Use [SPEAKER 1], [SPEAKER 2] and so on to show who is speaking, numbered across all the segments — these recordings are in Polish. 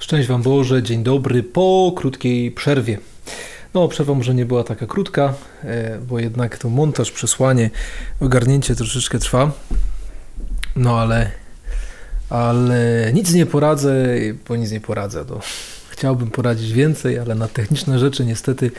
[SPEAKER 1] Szczęść Wam Boże, dzień dobry po krótkiej przerwie. No, przerwa może nie była taka krótka, bo jednak to montaż, przesłanie, ogarnięcie troszeczkę trwa. No ale nic nie poradzę, bo nic nie poradzę. No, chciałbym poradzić więcej, ale na techniczne rzeczy niestety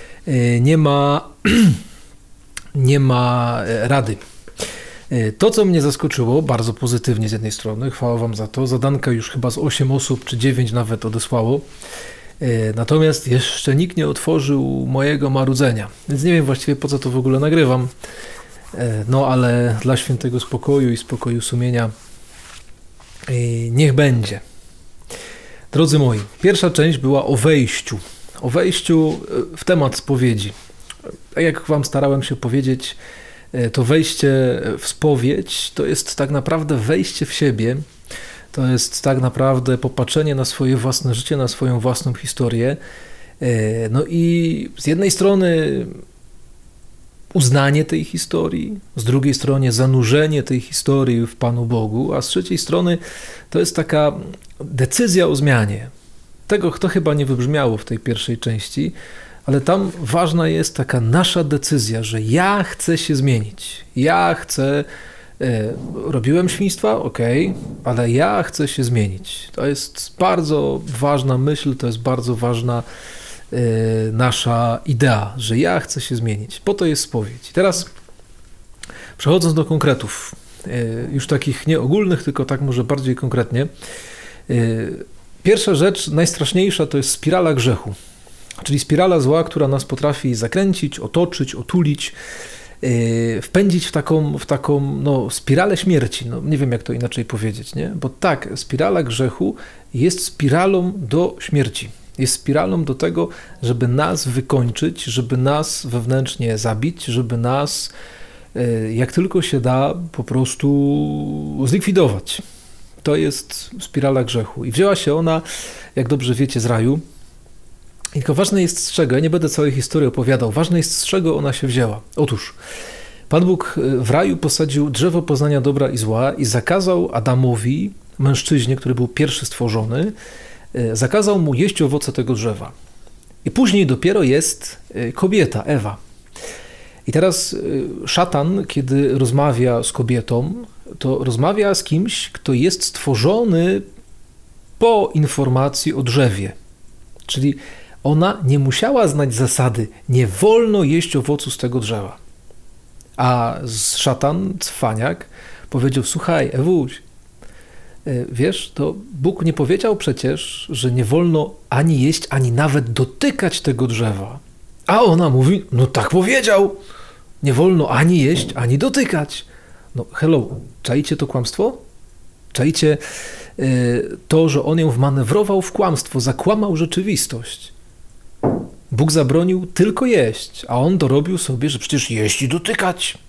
[SPEAKER 1] nie ma rady. To, co mnie zaskoczyło bardzo pozytywnie z jednej strony, chwała Wam za to, zadanka już chyba z 8 osób czy 9 nawet odesłało, natomiast jeszcze nikt nie otworzył mojego marudzenia, więc nie wiem właściwie po co to w ogóle nagrywam, no ale dla świętego spokoju i spokoju sumienia niech będzie. Drodzy moi, pierwsza część była o wejściu w temat spowiedzi. Tak jak Wam starałem się powiedzieć, to wejście w spowiedź to jest tak naprawdę wejście w siebie, to jest tak naprawdę popatrzenie na swoje własne życie, na swoją własną historię. No i z jednej strony uznanie tej historii, z drugiej strony zanurzenie tej historii w Panu Bogu, a z trzeciej strony to jest taka decyzja o zmianie. Tego to chyba nie wybrzmiało w tej pierwszej części, ale tam ważna jest taka nasza decyzja, że ja chcę się zmienić. Ja chcę, robiłem świństwa, okej, ale ja chcę się zmienić. To jest bardzo ważna myśl, to jest bardzo ważna nasza idea, że ja chcę się zmienić. Po to jest spowiedź. I teraz przechodząc do konkretów, już takich nie ogólnych, tylko tak może bardziej konkretnie. Pierwsza rzecz, najstraszniejsza, to jest spirala grzechu. Czyli spirala zła, która nas potrafi zakręcić, otoczyć, otulić, wpędzić w taką spiralę śmierci. No, nie wiem, jak to inaczej powiedzieć, nie? Bo tak, spirala grzechu jest spiralą do śmierci. Jest spiralą do tego, żeby nas wykończyć, żeby nas wewnętrznie zabić, żeby nas, jak tylko się da, po prostu zlikwidować. To jest spirala grzechu. I wzięła się ona, jak dobrze wiecie, z raju. Tylko ważne jest z czego, ja nie będę całej historii opowiadał, ważne jest z czego ona się wzięła. Otóż Pan Bóg w raju posadził drzewo poznania dobra i zła i zakazał Adamowi, mężczyźnie, który był pierwszy stworzony, zakazał mu jeść owoce tego drzewa. I później dopiero jest kobieta, Ewa. I teraz szatan, kiedy rozmawia z kobietą, to rozmawia z kimś, kto jest stworzony po informacji o drzewie. Czyli ona nie musiała znać zasady, nie wolno jeść owocu z tego drzewa. A szatan, cwaniak, powiedział, słuchaj, Ewuś, wiesz, to Bóg nie powiedział przecież, że nie wolno ani jeść, ani nawet dotykać tego drzewa. A ona mówi, no tak powiedział, nie wolno ani jeść, ani dotykać. No hello, czajcie to kłamstwo? Czajcie to, że on ją wmanewrował w kłamstwo, zakłamał rzeczywistość. Bóg zabronił tylko jeść, a on dorobił sobie, że przecież jeść i dotykać.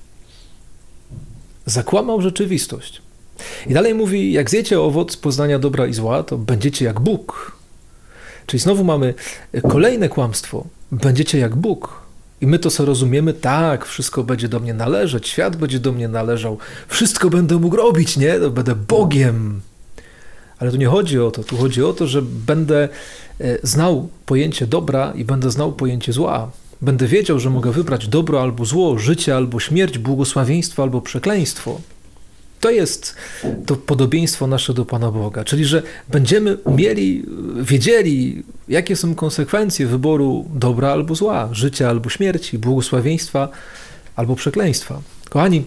[SPEAKER 1] Zakłamał rzeczywistość. I dalej mówi, jak zjecie owoc poznania dobra i zła, to będziecie jak Bóg. Czyli znowu mamy kolejne kłamstwo. Będziecie jak Bóg. I my to sobie rozumiemy, tak, wszystko będzie do mnie należeć, świat będzie do mnie należał, wszystko będę mógł robić, nie? To będę Bogiem. Ale tu nie chodzi o to, tu chodzi o to, że będę znał pojęcie dobra i będę znał pojęcie zła. Będę wiedział, że mogę wybrać dobro albo zło, życie albo śmierć, błogosławieństwo albo przekleństwo. To jest to podobieństwo nasze do Pana Boga, czyli że będziemy wiedzieli, jakie są konsekwencje wyboru dobra albo zła, życia albo śmierci, błogosławieństwa albo przekleństwa. Kochani,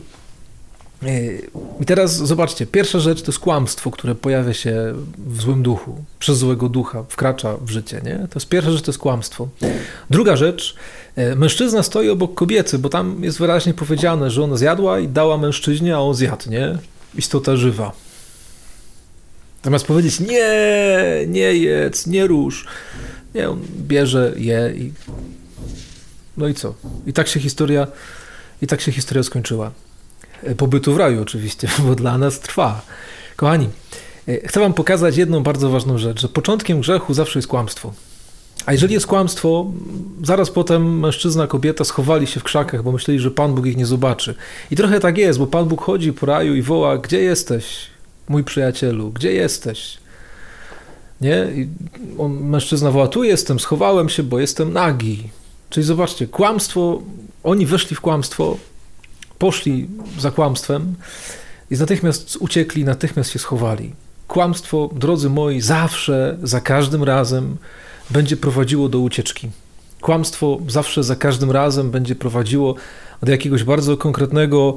[SPEAKER 1] i teraz zobaczcie, pierwsza rzecz to jest kłamstwo, które pojawia się w złym duchu, przez złego ducha, wkracza w życie, nie? To jest pierwsza rzecz, to jest kłamstwo. Druga rzecz, mężczyzna stoi obok kobiety, bo tam jest wyraźnie powiedziane, że ona zjadła i dała mężczyźnie, a on zjadł, nie? Istota żywa. Zamiast powiedzieć, nie jedz, nie rusz, nie, on bierze, je i no i co? I tak się historia skończyła. Pobytu w raju oczywiście, bo dla nas trwa. Kochani, chcę wam pokazać jedną bardzo ważną rzecz, że początkiem grzechu zawsze jest kłamstwo. A jeżeli jest kłamstwo, zaraz potem mężczyzna, kobieta schowali się w krzakach, bo myśleli, że Pan Bóg ich nie zobaczy. I trochę tak jest, bo Pan Bóg chodzi po raju i woła, gdzie jesteś, mój przyjacielu, gdzie jesteś? Nie? I mężczyzna woła, tu jestem, schowałem się, bo jestem nagi. Czyli zobaczcie, kłamstwo, oni weszli w kłamstwo, poszli za kłamstwem i natychmiast uciekli, natychmiast się schowali. Kłamstwo, drodzy moi, zawsze, za każdym razem będzie prowadziło do ucieczki. Kłamstwo zawsze, za każdym razem będzie prowadziło do jakiegoś bardzo konkretnego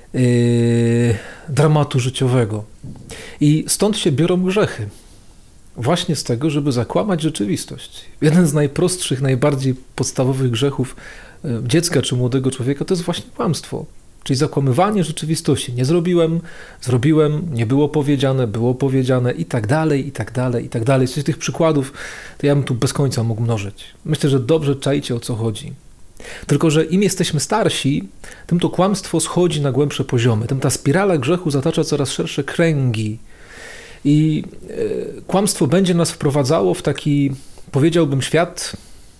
[SPEAKER 1] dramatu życiowego. I stąd się biorą grzechy. Właśnie z tego, żeby zakłamać rzeczywistość. Jeden z najprostszych, najbardziej podstawowych grzechów dziecka czy młodego człowieka to jest właśnie kłamstwo. Czyli zakłamywanie rzeczywistości. Nie zrobiłem, zrobiłem, nie było powiedziane i tak dalej, i tak dalej, i tak dalej. Z tych przykładów to ja bym tu bez końca mógł mnożyć. Myślę, że dobrze czaicie, o co chodzi. Tylko że im jesteśmy starsi, tym to kłamstwo schodzi na głębsze poziomy. Tym ta spirala grzechu zatacza coraz szersze kręgi. I kłamstwo będzie nas wprowadzało w taki, powiedziałbym, świat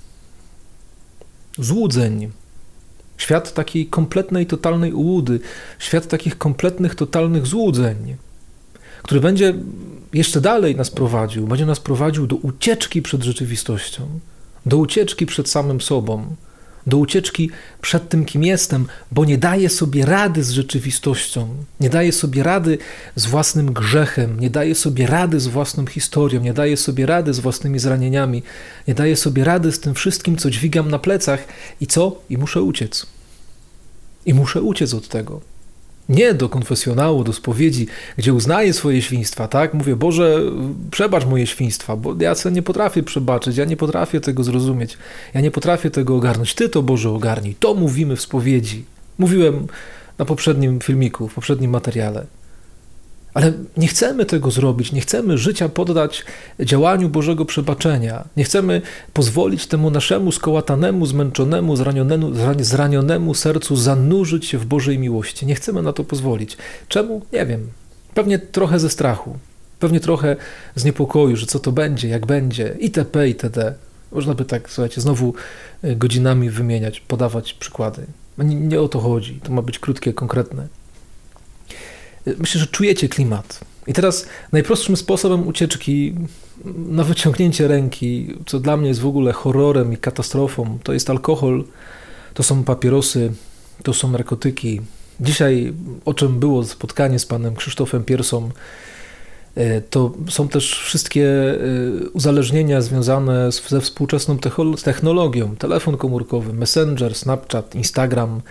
[SPEAKER 1] złudzeń. Świat takiej kompletnej, totalnej ułudy. Świat takich kompletnych, totalnych złudzeń, który będzie jeszcze dalej nas prowadził. Będzie nas prowadził do ucieczki przed rzeczywistością, do ucieczki przed samym sobą, do ucieczki przed tym, kim jestem, bo nie daję sobie rady z rzeczywistością, nie daję sobie rady z własnym grzechem, nie daję sobie rady z własną historią, nie daję sobie rady z własnymi zranieniami, nie daję sobie rady z tym wszystkim, co dźwigam na plecach i co? I muszę uciec. I muszę uciec od tego. Nie do konfesjonału, do spowiedzi, gdzie uznaję swoje świństwa, tak? Mówię, Boże, przebacz moje świństwa, bo ja sobie nie potrafię przebaczyć, ja nie potrafię tego zrozumieć, ja nie potrafię tego ogarnąć. Ty to, Boże, ogarnij. To mówimy w spowiedzi. Mówiłem na poprzednim filmiku, w poprzednim materiale. Ale nie chcemy tego zrobić, nie chcemy życia poddać działaniu Bożego przebaczenia. Nie chcemy pozwolić temu naszemu skołatanemu, zmęczonemu, zranionemu sercu zanurzyć się w Bożej miłości. Nie chcemy na to pozwolić. Czemu? Nie wiem. Pewnie trochę ze strachu, pewnie trochę z niepokoju, że co to będzie, jak będzie, itp., itd. Można by tak, słuchajcie, znowu godzinami wymieniać, podawać przykłady. Nie o to chodzi. To ma być krótkie, konkretne. Myślę, że czujecie klimat. I teraz najprostszym sposobem ucieczki na wyciągnięcie ręki, co dla mnie jest w ogóle horrorem i katastrofą, to jest alkohol, to są papierosy, to są narkotyki. Dzisiaj, o czym było spotkanie z panem Krzysztofem Piersą, to są też wszystkie uzależnienia związane ze współczesną technologią. Telefon komórkowy, Messenger, Snapchat, Instagram,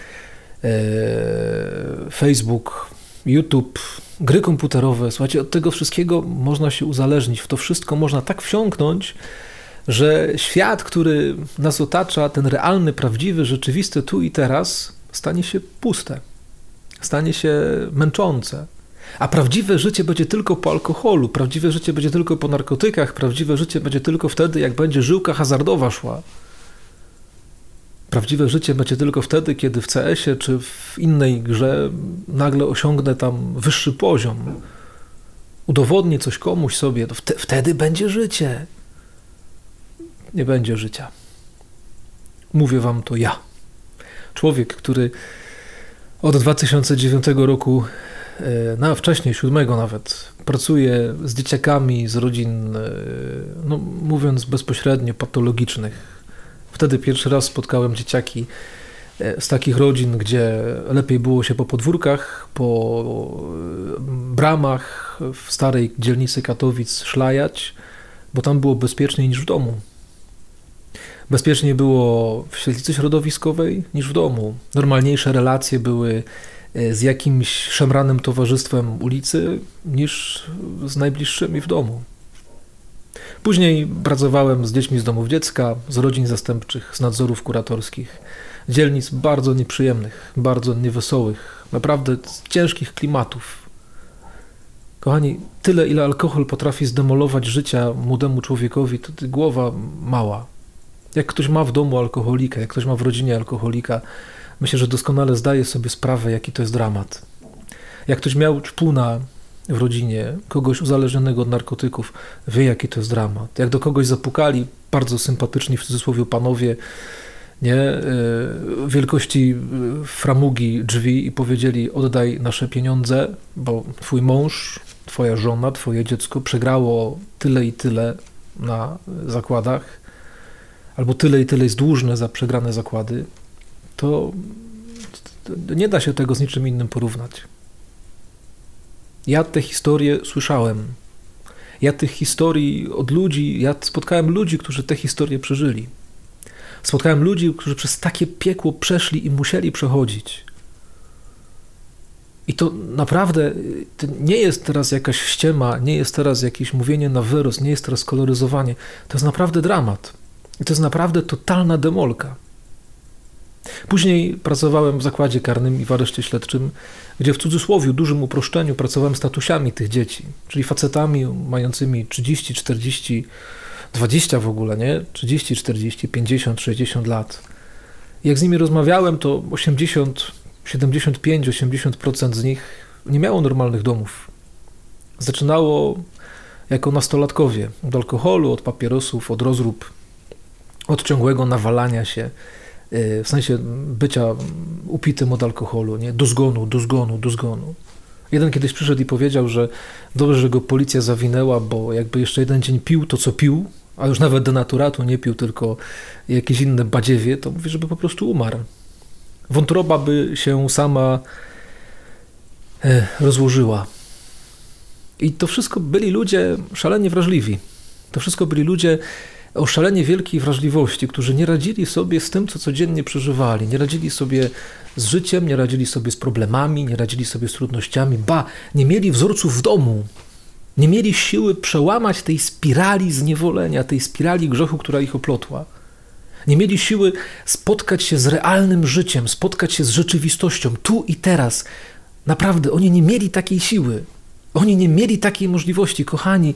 [SPEAKER 1] Facebook, YouTube, gry komputerowe. Słuchajcie, od tego wszystkiego można się uzależnić. W to wszystko można tak wsiąknąć, że świat, który nas otacza, ten realny, prawdziwy, rzeczywisty tu i teraz, stanie się puste. Stanie się męczące. A prawdziwe życie będzie tylko po alkoholu, prawdziwe życie będzie tylko po narkotykach, prawdziwe życie będzie tylko wtedy, jak będzie żyłka hazardowa szła. Prawdziwe życie będzie tylko wtedy, kiedy w CS-ie czy w innej grze nagle osiągnę tam wyższy poziom. Udowodnię coś komuś sobie, to wtedy będzie życie. Nie będzie życia. Mówię wam to ja. Człowiek, który od 2009 roku, wcześniej 7 nawet, pracuje z dzieciakami z rodzin, no mówiąc bezpośrednio, patologicznych. Wtedy pierwszy raz spotkałem dzieciaki z takich rodzin, gdzie lepiej było się po podwórkach, po bramach w starej dzielnicy Katowic szlajać, bo tam było bezpieczniej niż w domu. Bezpieczniej było w świetlicy środowiskowej niż w domu. Normalniejsze relacje były z jakimś szemranym towarzystwem ulicy niż z najbliższymi w domu. Później pracowałem z dziećmi z domów dziecka, z rodzin zastępczych, z nadzorów kuratorskich, dzielnic bardzo nieprzyjemnych, bardzo niewesołych, naprawdę ciężkich klimatów. Kochani, tyle ile alkohol potrafi zdemolować życia młodemu człowiekowi, to głowa mała. Jak ktoś ma w domu alkoholika, jak ktoś ma w rodzinie alkoholika, myślę, że doskonale zdaje sobie sprawę, jaki to jest dramat. Jak ktoś miał czpuna w rodzinie, kogoś uzależnionego od narkotyków, wie, jaki to jest dramat. Jak do kogoś zapukali bardzo sympatyczni, w cudzysłowie, panowie, nie, wielkości framugi drzwi i powiedzieli: oddaj nasze pieniądze, bo twój mąż twoja żona, twoje dziecko przegrało tyle i tyle na zakładach, albo tyle i tyle jest dłużne za przegrane zakłady, to nie da się tego z niczym innym porównać. Ja te historie słyszałem. Ja tych historii od ludzi, ja spotkałem ludzi, którzy te historie przeżyli. Spotkałem ludzi, którzy przez takie piekło przeszli i musieli przechodzić. I to naprawdę to nie jest teraz jakaś ściema, nie jest teraz jakieś mówienie na wyrost, nie jest teraz koloryzowanie. To jest naprawdę dramat. I to jest naprawdę totalna demolka. Później pracowałem w zakładzie karnym i w areszcie śledczym, gdzie w cudzysłowie, dużym uproszczeniu pracowałem z tatusiami tych dzieci, czyli facetami mającymi 30, 40, 20 w ogóle, nie? 30, 40, 50, 60 lat. I jak z nimi rozmawiałem, to 80, 75, 80% z nich nie miało normalnych domów. Zaczynało jako nastolatkowie, od alkoholu, od papierosów, od rozrób, od ciągłego nawalania się, w sensie bycia upitym od alkoholu, nie? Do zgonu, do zgonu, do zgonu. Jeden kiedyś przyszedł i powiedział, że dobrze, że go policja zawinęła, bo jakby jeszcze jeden dzień pił to, co pił, a już nawet denaturatu nie pił, tylko jakieś inne badziewie, to mówi, żeby po prostu umarł. Wątroba by się sama rozłożyła. I to wszystko byli ludzie szalenie wrażliwi. To wszystko byli ludzie o szalenie wielkiej wrażliwości, którzy nie radzili sobie z tym, co codziennie przeżywali. Nie radzili sobie z życiem, nie radzili sobie z problemami, nie radzili sobie z trudnościami. Nie mieli wzorców w domu. Nie mieli siły przełamać tej spirali zniewolenia, tej spirali grzechu, która ich oplotła. Nie mieli siły spotkać się z realnym życiem, spotkać się z rzeczywistością, tu i teraz. Naprawdę, oni nie mieli takiej siły. Oni nie mieli takiej możliwości. Kochani,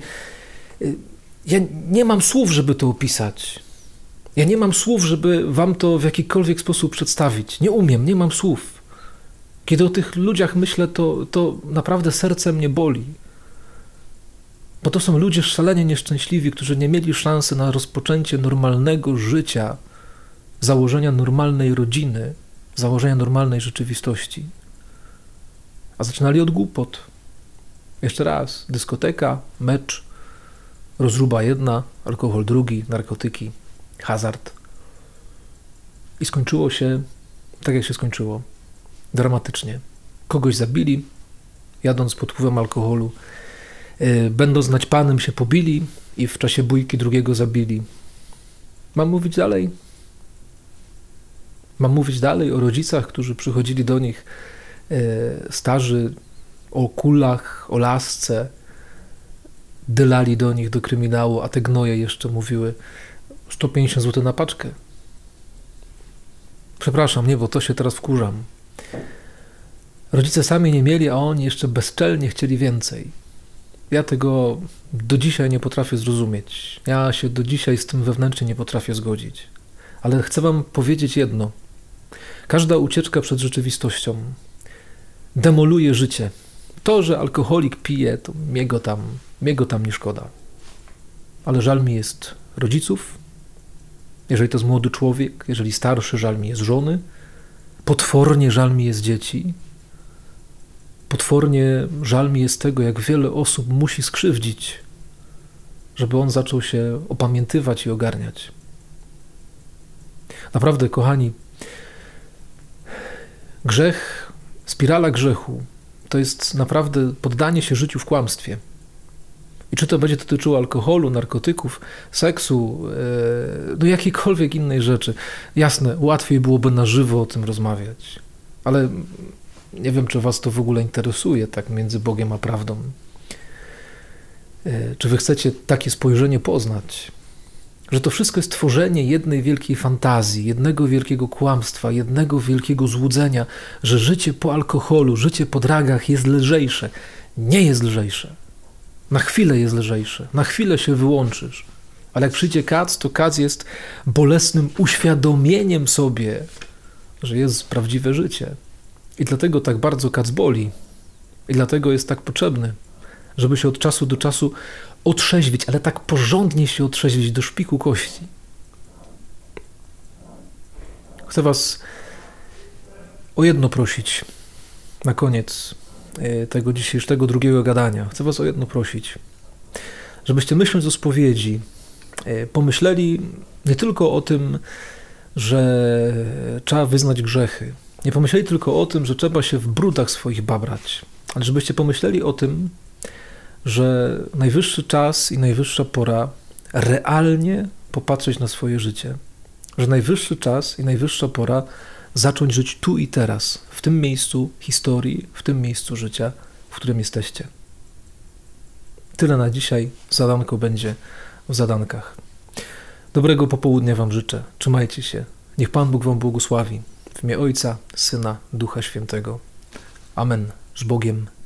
[SPEAKER 1] ja nie mam słów, żeby to opisać. Ja nie mam słów, żeby wam to w jakikolwiek sposób przedstawić. Nie umiem, nie mam słów. Kiedy o tych ludziach myślę, to naprawdę serce mnie boli. Bo to są ludzie szalenie nieszczęśliwi, którzy nie mieli szansy na rozpoczęcie normalnego życia, założenia normalnej rodziny, założenia normalnej rzeczywistości. A zaczynali od głupot. Jeszcze raz, dyskoteka, mecz, rozruba jedna, alkohol drugi, narkotyki, hazard. I skończyło się tak, jak się skończyło. Dramatycznie. Kogoś zabili, jadąc pod wpływem alkoholu. Będąc naćpanym się pobili i w czasie bójki drugiego zabili. Mam mówić dalej? Mam mówić dalej o rodzicach, którzy przychodzili do nich starzy, o kulach, o lasce, dylali do nich do kryminału, a te gnoje jeszcze mówiły 150 zł na paczkę. Przepraszam, nie, bo to się teraz wkurzam. Rodzice sami nie mieli, a oni jeszcze bezczelnie chcieli więcej. Ja tego do dzisiaj nie potrafię zrozumieć. Ja się do dzisiaj z tym wewnętrznie nie potrafię zgodzić. Ale chcę wam powiedzieć jedno. Każda ucieczka przed rzeczywistością demoluje życie. To, że alkoholik pije, to mnie go tam nie szkoda. Ale żal mi jest rodziców, jeżeli to jest młody człowiek, jeżeli starszy, żal mi jest żony, potwornie żal mi jest dzieci, potwornie żal mi jest tego, jak wiele osób musi skrzywdzić, żeby on zaczął się opamiętywać i ogarniać. Naprawdę, kochani, grzech, spirala grzechu to jest naprawdę poddanie się życiu w kłamstwie. I czy to będzie dotyczyło alkoholu, narkotyków, seksu, jakiejkolwiek innej rzeczy. Jasne, łatwiej byłoby na żywo o tym rozmawiać, ale nie wiem, czy was to w ogóle interesuje, tak między Bogiem a prawdą. Czy wy chcecie takie spojrzenie poznać, że to wszystko jest tworzenie jednej wielkiej fantazji, jednego wielkiego kłamstwa, jednego wielkiego złudzenia, że życie po alkoholu, życie po dragach jest lżejsze. Nie jest lżejsze. Na chwilę jest lżejsze, na chwilę się wyłączysz, ale jak przyjdzie kac, to kac jest bolesnym uświadomieniem sobie, że jest prawdziwe życie. I dlatego tak bardzo kac boli. I dlatego jest tak potrzebny, żeby się od czasu do czasu otrzeźwić, ale tak porządnie się otrzeźwić do szpiku kości. Chcę was o jedno prosić na koniec. tego dzisiejszego drugiego gadania, chcę was o jedno prosić. Żebyście myśląc o spowiedzi, pomyśleli nie tylko o tym, że trzeba wyznać grzechy. Nie pomyśleli tylko o tym, że trzeba się w brudach swoich babrać. Ale żebyście pomyśleli o tym, że najwyższy czas i najwyższa pora realnie popatrzeć na swoje życie. Że najwyższy czas i najwyższa pora zacząć żyć tu i teraz, w tym miejscu historii, w tym miejscu życia, w którym jesteście. Tyle na dzisiaj. Zadanko będzie w zadankach. Dobrego popołudnia wam życzę. Trzymajcie się. Niech Pan Bóg wam błogosławi. W imię Ojca, Syna, Ducha Świętego. Amen. Z Bogiem.